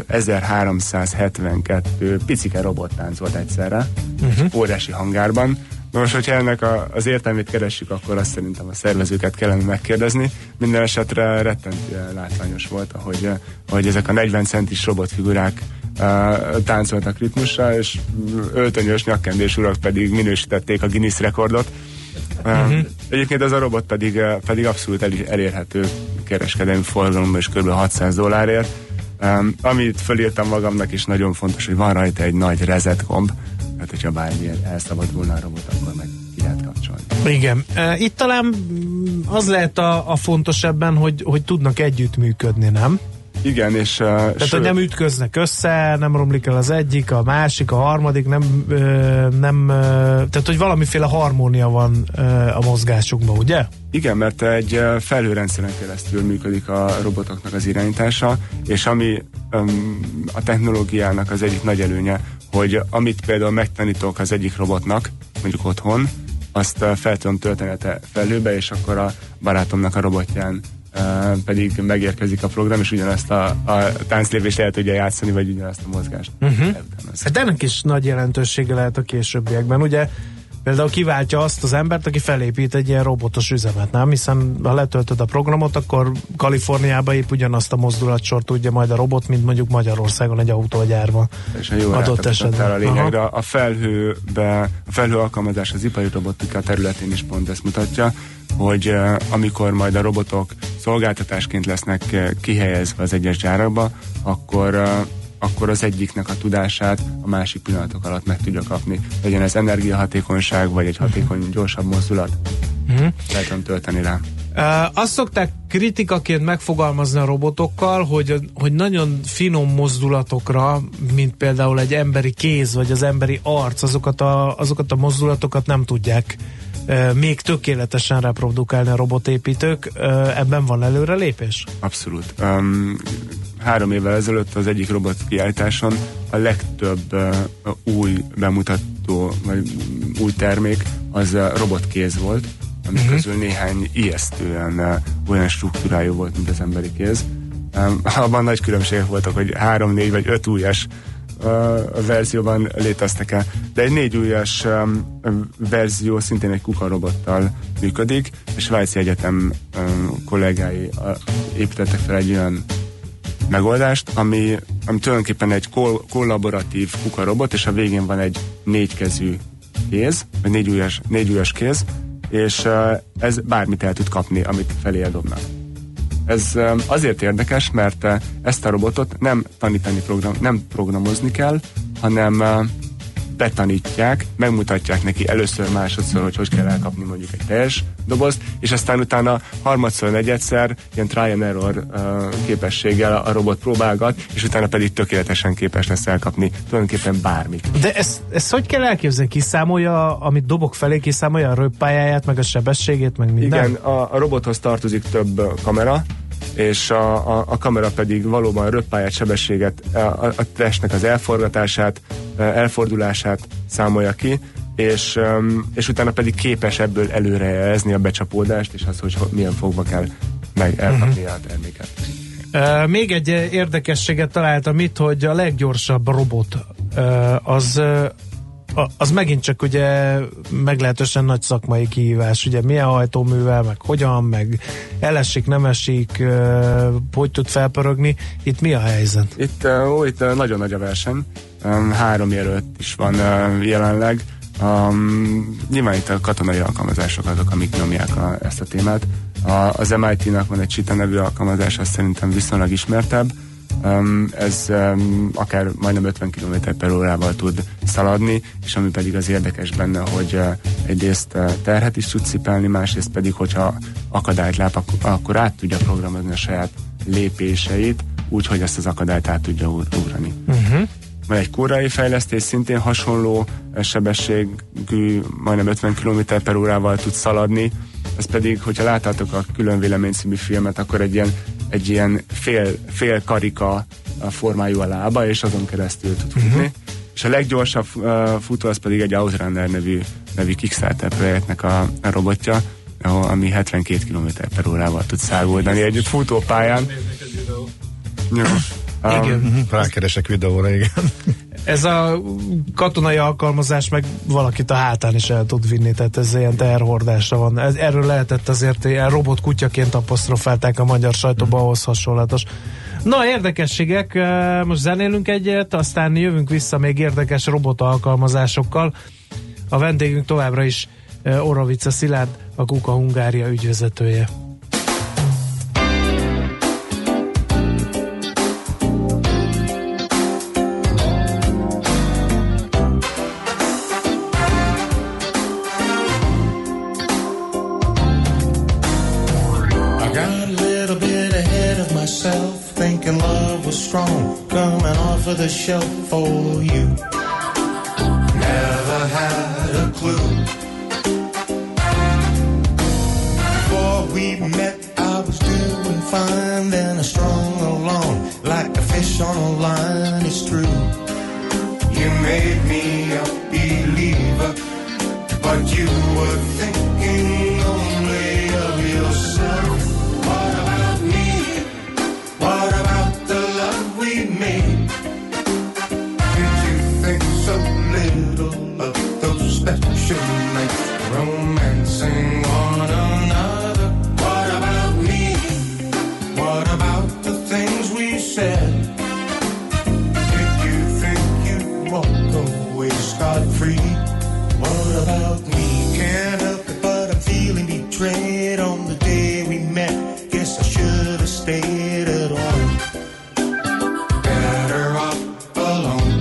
ezerháromszázhetvenkettő picike robot táncolt egyszerre, uh-huh. óriási hangárban. Most, hogyha ennek a, az értelmét keressük, akkor azt szerintem a szervezőket kellene megkérdezni. Minden esetre rettentően látványos volt, ahogy, ahogy ezek a negyven centis robotfigurák uh, táncoltak ritmusra, és öltönyös nyakkendés urak pedig minősítették a Guinness rekordot. Uh-huh. Uh, egyébként ez a robot pedig, pedig abszolút el, elérhető kereskedelmi forgalomban és kb. hatszáz dollárért. Um, amit fölírtam magamnak is nagyon fontos, hogy van rajta egy nagy reset gomb, hát hogyha bármilyen elszabadulna a robot, akkor meg ki lehet kapcsolni. Igen. Itt talán az lehet a, a fontos ebben, hogy, hogy tudnak együttműködni, nem? Igen, és... Uh, Tehát, sőt, hogy nem ütköznek össze, nem romlik el az egyik, a másik, a harmadik, nem... Ö, nem ö, tehát, hogy valamiféle harmónia van ö, a mozgásukban, ugye? Igen, mert egy felhőrendszeren keresztül működik a robotoknak az irányítása, és ami um, a technológiának az egyik nagy előnye, hogy amit például megtanítok az egyik robotnak, mondjuk otthon, azt fel tudom tölteni a felhőbe, és akkor a barátomnak a robotján Uh, pedig megérkezik a program, és ugyanazt a, a tánclépést el tudja játszani, vagy ugyanazt a mozgást. Uh-huh. Hát ennek is nagy jelentősége lehet a későbbiekben, ugye? Például kiváltja azt az embert, aki felépít egy ilyen robotos üzemet, nem? Hiszen ha letöltöd a programot, akkor Kaliforniában épp ugyanazt a mozdulatsort tudja majd a robot, mint mondjuk Magyarországon egy autógyárban. És a jó adott esetben. A lényegre a felhőbe, a felhő alkalmazás az ipari robotika területén is pont ezt mutatja, hogy uh, amikor majd a robotok szolgáltatásként lesznek uh, kihelyezve az egyes gyárakba, akkor, uh, akkor az egyiknek a tudását a másik pillanatok alatt meg tudja kapni. Legyen ez energiahatékonyság, vagy egy hatékony, gyorsabb mozdulat. Uh-huh. Lehetem tölteni rá. Uh, azt szokták kritikaként megfogalmazni a robotokkal, hogy, hogy nagyon finom mozdulatokra, mint például egy emberi kéz, vagy az emberi arc, azokat a, azokat a mozdulatokat nem tudják uh, még tökéletesen reprodukálni a robotépítők. Uh, ebben van előrelépés? Abszolút. Um, három évvel ezelőtt az egyik robot kiállításon a legtöbb uh, új bemutató, vagy új termék az uh, robotkéz volt, amik uh-huh. közül néhány ijesztően uh, olyan struktúrájú volt, mint az emberi kéz. Um, abban nagy különbségek voltak, hogy három, négy vagy öt ujjas uh, verzióban léteztek el, de egy négy ujjas um, verzió szintén egy kukarobottal működik, és Svájci Egyetem um, kollégái uh, építettek fel egy olyan megoldást, ami, ami tulajdonképpen egy kol- kollaboratív kukarobot, és a végén van egy négykezű kéz, vagy négy ujjas, négy ujjas kéz, és uh, ez bármit el tud kapni, amit felé dobnak. Ez um, azért érdekes, mert uh, ezt a robotot nem tanítani, program, nem programozni kell, hanem, uh, betanítják, megmutatják neki először, másodszor, hogy hogy kell elkapni mondjuk egy teljes dobozt, és aztán utána harmadszor, negyedszer ilyen try and error uh, képességgel a robot próbálgat, és utána pedig tökéletesen képes lesz elkapni tulajdonképpen bármit. De ezt, ezt hogy kell elképzelni? Kiszámolja, amit dobok felé, kiszámolja a röppályáját, meg a sebességét, meg minden? Igen, a, a robothoz tartozik több kamera, és a, a, a kamera pedig valóban röppályát, sebességet, a, a testnek az elforgatását, elfordulását számolja ki, és, és utána pedig képes ebből előrejelezni a becsapódást, és az, hogy milyen fogva kell meg elkapni uh-huh. a terméket. Uh, még egy érdekességet találtam itt, hogy a leggyorsabb robot uh, az uh, az megint csak ugye meglehetősen nagy szakmai kihívás, ugye milyen hajtóművel, meg hogyan, meg elesik, nem esik, hogy tud felpörögni, itt mi a helyzet? Itt, ó, itt nagyon nagy a verseny, három jelölt is van jelenleg, um, nyilván itt a katonai alkalmazások azok, amik nyomják a, ezt a témát. A, az em i té-nak van egy Cheetah nevű alkalmazás, az szerintem viszonylag ismertebb. Um, ez um, akár majdnem ötven kilométer per órával tud szaladni, és ami pedig az érdekes benne, hogy uh, egyrészt uh, terhet is tud cipelni, másrészt pedig, hogyha akadályt láp, akkor, akkor át tudja programozni a saját lépéseit, úgy, hogy ezt az akadályt át tudja ugrani. Uh-huh. Van egy koreai fejlesztés, szintén hasonló sebességű, majdnem ötven kilométer per órával tud szaladni, ez pedig, hogyha láttátok a Külön Vélemény című filmet, akkor egy ilyen egy ilyen fél, fél karika formájú a lába, és azon keresztül tud futni. Uh-huh. És a leggyorsabb uh, futó az pedig egy Outrunner nevű, nevű Kickstarter projektnek a, a robotja, ami hetvenkét kilométer per órával tud száguldani egy futópályán. Ja. Um, igen. Rákeresek videóra, igen. Ez a katonai alkalmazás meg valakit a hátán is el tud vinni, tehát ez ilyen teherhordásra van. Ez, erről lehetett azért ilyen robotkutyaként apostrofálták a magyar sajtóba, ahhoz hasonlatos. Na, érdekességek, most zenélünk egyet, aztán jövünk vissza még érdekes robot alkalmazásokkal. A vendégünk továbbra is Oravica Szilárd, a Kuka Hungária ügyvezetője. Thinking love was strong, coming off of the shelf for you. Never had a clue. Before we met, I was doing fine. Then I strung along like a fish on a line. It's true. You made me a believer, but you were thinking only of yourself. What about me? What about the love we made? Did you think so little of those special nights, romancing one another? What about me? What about the things we said? Did you think you'd walk away scot-free? What about me? Can't help it, but I'm feeling betrayed on the day we met. Guess I should have stayed at home. Better off alone.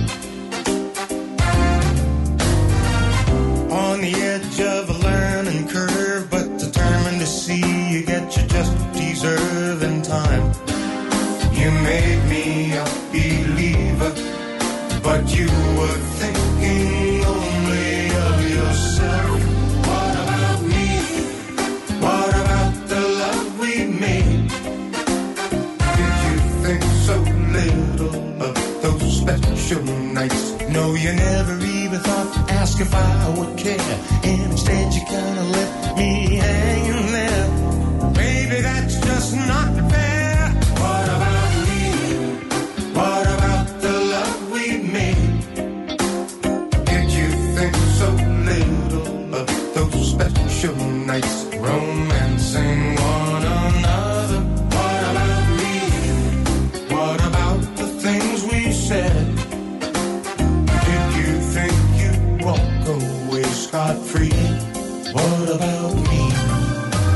On the edge of a learning curve, but determined to see you get your just deserve in time. You made me a believer, but you were thinking only of yourself. What about me? What about the love we made? Did you think so little of those special nights? No, you never even thought to ask if I would care, and instead you kinda left me hanging there. Baby, that's just not fair. What about me? What about the love we made? Did you think so little of those special nights, romancing one another? What about me? What about the things we said? Did you think you'd walk away scot-free? What about me?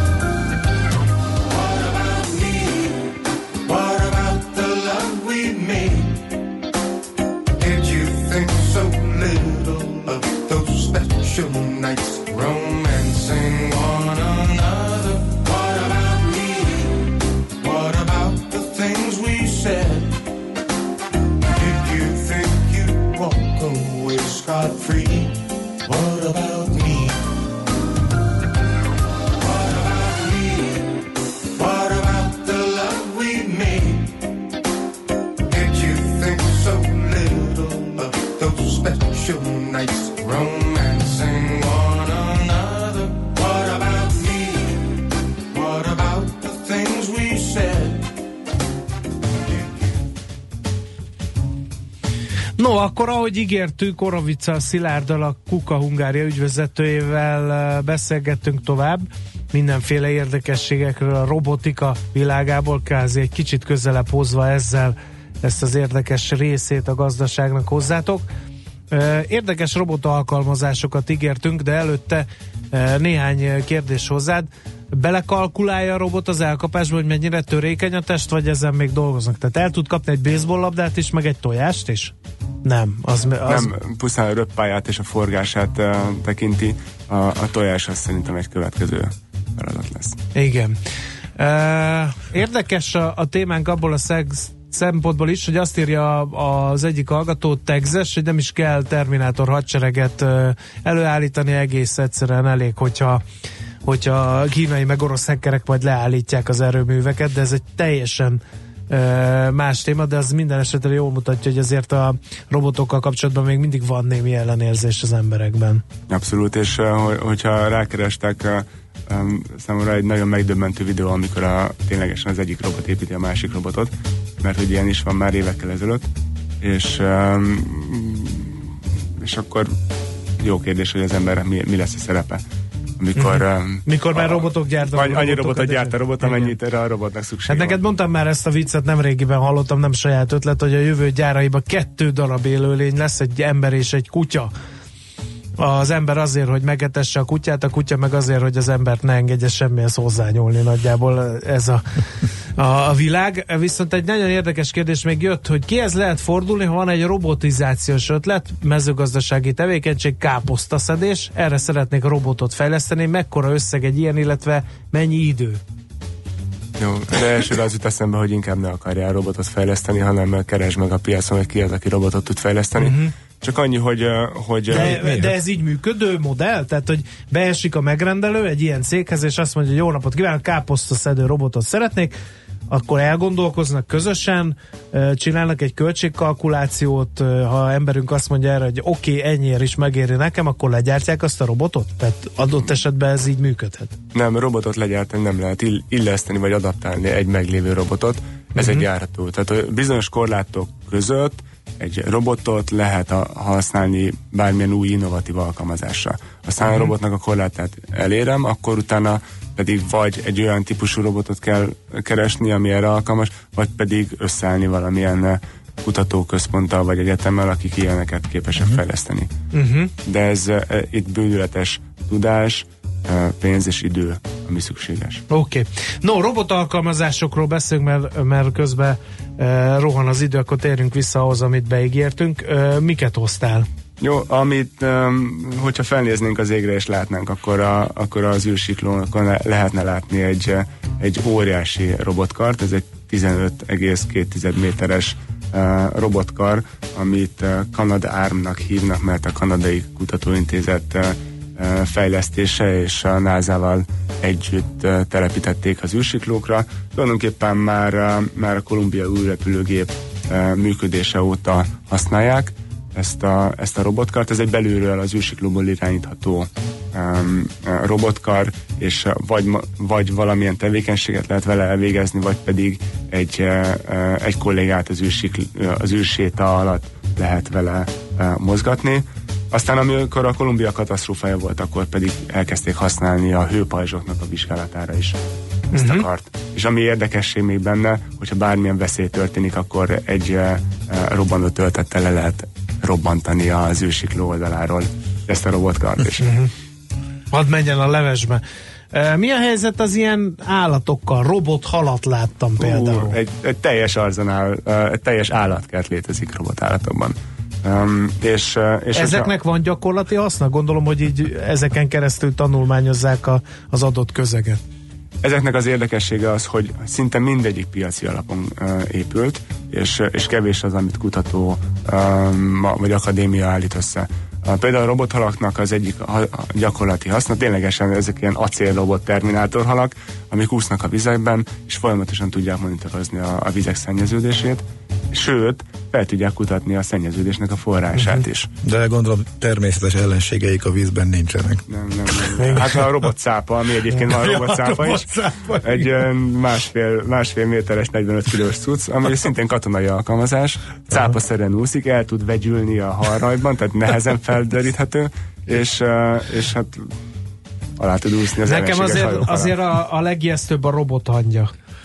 social nights, romancing one another. What about me? What about the things we said? No, akkor ahogy ígértük, Korovica Szilárddal, a Kuka Hungária ügyvezetőjével beszélgettünk tovább mindenféle érdekességekről a robotika világából, kázi egy kicsit közelebb hozva ezzel ezt az érdekes részét a gazdaságnak hozzátok. Érdekes robot alkalmazásokat ígértünk, de előtte néhány kérdés hozzád. Belekalkulálja a robot az elkapásba, hogy mennyire törékeny a test, vagy ezen még dolgoznak? Tehát el tud kapni egy baseball labdát is, meg egy tojást is? Nem. Az, az... Nem, pusztán a röppályát és a forgását uh, tekinti, a, a tojás az szerintem egy következő feladat lesz. Igen. Uh, érdekes a, a témánk abból a szeg- szempontból is, hogy azt írja az egyik hallgató, Texas, hogy nem is kell Terminátor hadsereget uh, előállítani, egész egyszerűen elég, hogyha hogyha kínai meg orosz hackerek majd leállítják az erőműveket, de ez egy teljesen uh, más téma, de az minden esetre jól mutatja, hogy azért a robotokkal kapcsolatban még mindig van némi ellenérzés az emberekben. Abszolút, és uh, hogyha rákerestek, uh, um, számomra egy nagyon megdöbbentő videó, amikor a, ténylegesen az egyik robot építi a másik robotot, mert hogy ilyen is van már évekkel ezelőtt, és um, és akkor jó kérdés, hogy az embernek mi, mi lesz a szerepe. Mikor, uh-huh. Mikor már robotok gyártanak. Annyi robotot, robotot gyárt a robot, amennyit erre a robotnak szükség Hát van. neked mondtam már ezt a viccet, nem régiben hallottam, nem saját ötlet, hogy a jövő gyáraiban kettő darab élőlény lesz, egy ember és egy kutya. Az ember azért, hogy megetesse a kutyát, a kutya meg azért, hogy az embert ne engedje semmihez hozzányúlni, nagyjából ez a, a, a világ. Viszont egy nagyon érdekes kérdés még jött, hogy kihez lehet fordulni, ha van egy robotizációs ötlet, mezőgazdasági tevékenység, káposztaszedés, erre szeretnék robotot fejleszteni, mekkora összeg egy ilyen, illetve mennyi idő? Jó, de elsőre az jut eszembe, hogy inkább ne akarjál robotot fejleszteni, hanem keresd meg a piacon, hogy ki az, aki robotot tud fejleszteni. Uh-huh. Csak annyi, hogy... hogy de, de ez így működő modell? Tehát, hogy beesik a megrendelő egy ilyen céghez, és azt mondja, hogy jó napot kívánok, káposztaszedő robotot szeretnék, akkor elgondolkoznak közösen, csinálnak egy költségkalkulációt, ha emberünk azt mondja erre, hogy oké, okay, ennyiért is megéri nekem, akkor legyártják azt a robotot? Tehát adott esetben ez így működhet? Nem, robotot legyártani nem lehet illeszteni vagy adaptálni egy meglévő robotot, ez uh-huh. egy járató. Tehát bizonyos korlátok között egy robotot lehet a, használni bármilyen új innovatív alkalmazásra. Aztán uh-huh. a robotnak a korlátát elérem, akkor utána pedig vagy egy olyan típusú robotot kell keresni, ami erre alkalmas, vagy pedig összeállni valamilyen kutatóközponttal vagy egyetemmel, akik ilyeneket képesek uh-huh. fejleszteni. Uh-huh. De ez e, itt bődületes tudás, e, pénz és idő, ami szükséges. Oké. Okay. No, robot alkalmazásokról beszélünk, mert, mert közben e, rohan az idő, akkor térjünk vissza ahhoz, amit beígértünk. E, miket hoztál? Jó, amit, um, hogyha felnéznénk az égre és látnánk, akkor, a, akkor az űrsiklónakon le, lehetne látni egy, egy óriási robotkart, ez egy tizenöt egész két méteres uh, robotkar, amit uh, Canadarmnak hívnak, mert a Kanadai Kutatóintézet uh, uh, fejlesztése és a názával együtt uh, telepítették az űrsiklókra. Tulajdonképpen már, uh, már a Columbia űrrepülőgép uh, működése óta használják ezt a, ezt a robotkart. Ez egy belülről az űrsiklóból irányítható um, robotkar, és vagy, vagy valamilyen tevékenységet lehet vele elvégezni, vagy pedig egy, uh, egy kollégát az, űrsikl, az űrséta alatt lehet vele uh, mozgatni. Aztán amikor a Kolumbia katasztrófája volt, akkor pedig elkezdték használni a hőpajzsoknak a vizsgálatára is ezt uh-huh. a kart. És ami érdekesség még benne, hogyha bármilyen veszély történik, akkor egy uh, robbanó töltettel le lehet robbantani az űrsikló oldaláról ezt a robotkart is. Uh-huh. Hadd menjen a levesbe. Uh, mi a helyzet az ilyen állatokkal? Robothalat láttam például. Uh, egy, egy teljes arzonál, uh, egy teljes állatkert létezik robotállatokban. Um, és, uh, és ezeknek van gyakorlati haszna? Gondolom, hogy így ezeken keresztül tanulmányozzák a, az adott közeget. Ezeknek az érdekessége az, hogy szinte mindegyik piaci alapon uh, épült, és, és kevés az, amit kutató um, vagy akadémia állít össze. Uh, például a robothalaknak az egyik ha, gyakorlati haszna, ténylegesen ezek ilyen acélrobot terminátorhalak, amik úsznak a vizekben, és folyamatosan tudják monitorozni a, a vizek szennyeződését. Sőt, fel tudják kutatni a szennyeződésnek a forrását uh-huh. is. De gondolom természetes ellenségeik a vízben nincsenek. Nem, nem, nem. Hát a robotcápa, ami egyébként van a robotcápa is, egy másfél, másfél méteres negyvenöt kilós cucc, ami szintén katonai alkalmazás, cápaszerűen úszik, el tud vegyülni a halrajban, tehát nehezen felderíthető, és, és hát alá tud úszni az Nekem ellenséges azért, azért a, a legijesztőbb a robothangya.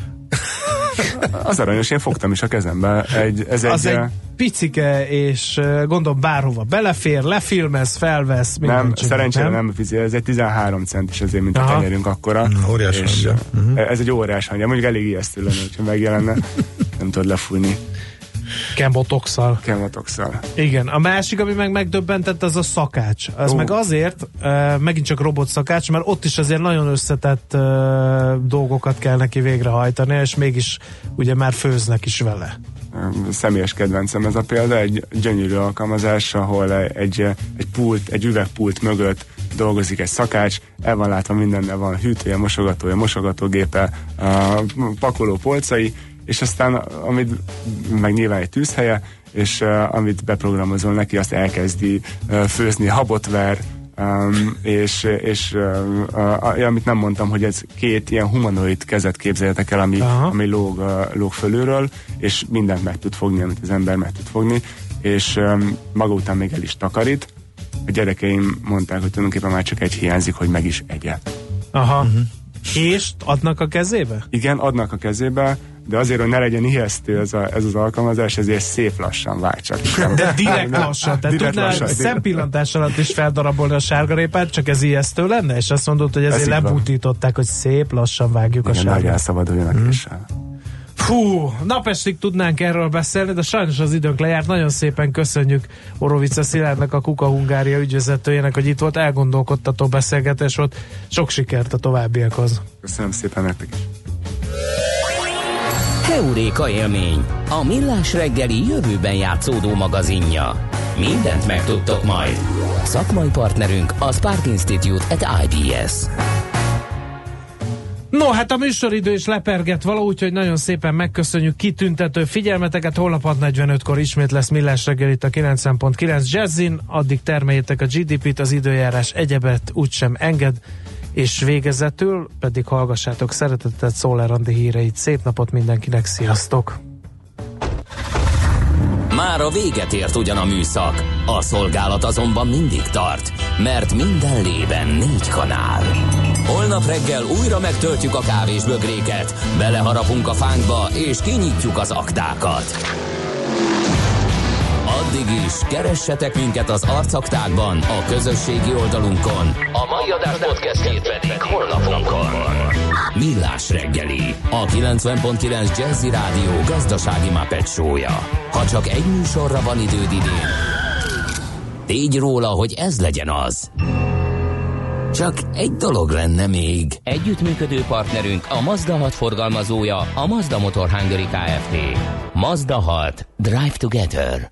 Az aranyos, én fogtam is a kezembe. Egy, ez az egy, egy picike, és gondolom bárhova belefér, lefilmez, felvesz, nem, csinál, szerencsére nem, nem ez egy tizenhárom centis azért, mint Aha. a tenyerünk akkora. Mm, óriás és hangja. Uh-huh. Ez egy óriás hangja, mondjuk elég ijesztő lenne, hogyha megjelenne. Nem tudod lefújni. Kemotoxal. Kemotoxal. Igen, a másik, ami meg megdöbbentett, az a szakács. Az uh. meg azért, uh, megint csak robot szakács, mert ott is azért nagyon összetett uh, dolgokat kell neki végrehajtani, és mégis ugye már főznek is vele. Személyes kedvencem ez a példa, egy gyönyörű alkalmazás, ahol egy, egy pult, egy üvegpult mögött dolgozik egy szakács, el van látva mindenne, van hűtője, mosogatója, mosogatógépe, uh, pakoló polcai, és aztán, amit meg nyilván egy tűzhelye, és uh, amit beprogramozol neki, azt elkezdi uh, főzni, habot ver, um, és, és uh, uh, amit nem mondtam, hogy ez két ilyen humanoid kezet képzeljetek el, ami, ami lóg, uh, lóg fölülről, és mindent meg tud fogni, amit az ember meg tud fogni, és um, maga után még el is takarít. A gyerekeim mondták, hogy tulajdonképpen már csak egy hiányzik, hogy meg is egye. Aha. Uh-huh. És adnak a kezébe? Igen, adnak a kezébe, de azért, hogy ne legyen ijesztő ez, a, ez az alkalmazás, ezért szép lassan vág csak. De direkt lassan, tehát tudnál szempillantás alatt is feldarabolni a sárgarépát, csak ez ijesztő lenne? És azt mondod, hogy ezért lebutították, hogy szép lassan vágjuk igen, a sárgarépát. Igen, elszabaduljon a hmm. késsel. Fú, napestig tudnánk erről beszélni, de sajnos az időnk lejárt. Nagyon szépen köszönjük Orovica Szilárdnak, a Kuka Hungária ügyvezetőjének, hogy itt volt, elgondolkodtató beszélgetés volt. Sok sikert a továbbiakhoz. Köszönöm szépen nektek is. Heuréka élmény, a millás reggeli jövőben játszódó magazinja. Mindent megtudtok majd. Szakmai partnerünk a Spark Institute at I B S. No, hát a műsoridő is leperget valahogy, úgyhogy nagyon szépen megköszönjük kitüntető figyelmeteket. Holnap hat negyvenötkor ismét lesz millás reggel itt a kilencven pont kilenc Jazzin. Addig termeljétek a gé dé pét, az időjárás egyebet úgysem enged. És végezetül pedig hallgassátok szeretettel Szoller Andi híreit. Szép napot mindenkinek, sziasztok! Már a véget ért ugyan a műszak, a szolgálat azonban mindig tart, mert minden lében négy kanál. Holnap reggel újra megtöltjük a kávésbögréket, beleharapunk a fánkba és kinyitjuk az aktákat. Addig is keressetek minket az arcaktákban, a közösségi oldalunkon. A mai adás podcastjét pedig honlapunkon. Millás reggeli, a kilencven pont kilenc Jazzy Rádió gazdasági Muppet show-ja. Ha csak egy műsorra van időd idén, tégy róla, hogy ez legyen az. Csak egy dolog lenne még. Együttműködő partnerünk a Mazda hat forgalmazója, a Mazda Motor Hungary Kft. Mazda hat. Drive together.